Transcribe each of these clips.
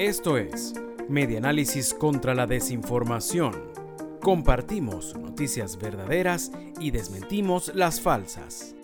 Esto es Medianálisis contra la desinformación. Compartimos noticias verdaderas y desmentimos las falsas.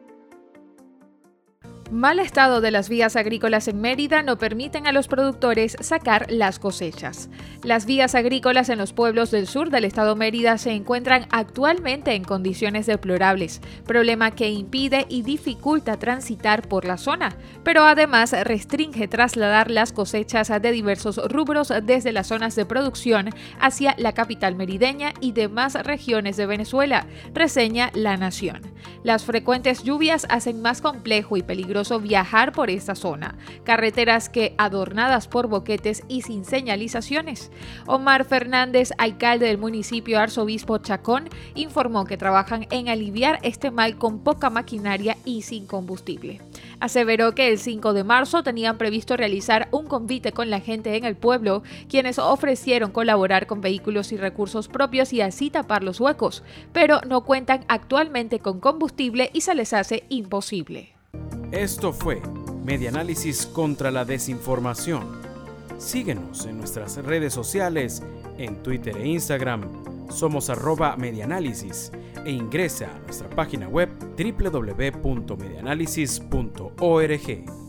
Mal estado de las vías agrícolas en Mérida no permiten a los productores sacar las cosechas. Las vías agrícolas en los pueblos del sur del estado Mérida se encuentran actualmente en condiciones deplorables, problema que impide y dificulta transitar por la zona, pero además restringe trasladar las cosechas de diversos rubros desde las zonas de producción hacia la capital merideña y demás regiones de Venezuela, reseña La Nación. Las frecuentes lluvias hacen más complejo y peligroso viajar por esta zona, carreteras que adornadas por boquetes y sin señalizaciones. Omar Fernández, alcalde del municipio Arzobispo Chacón, informó que trabajan en aliviar este mal con poca maquinaria y sin combustible. Aseveró que el 5 de marzo tenían previsto realizar un convite con la gente en el pueblo, quienes ofrecieron colaborar con vehículos y recursos propios y así tapar los huecos, pero no cuentan actualmente con combustible y se les hace imposible. Esto fue Medianálisis contra la desinformación. Síguenos en nuestras redes sociales, en Twitter e Instagram. Somos @Medianálisis e ingresa a nuestra página web www.medianálisis.org.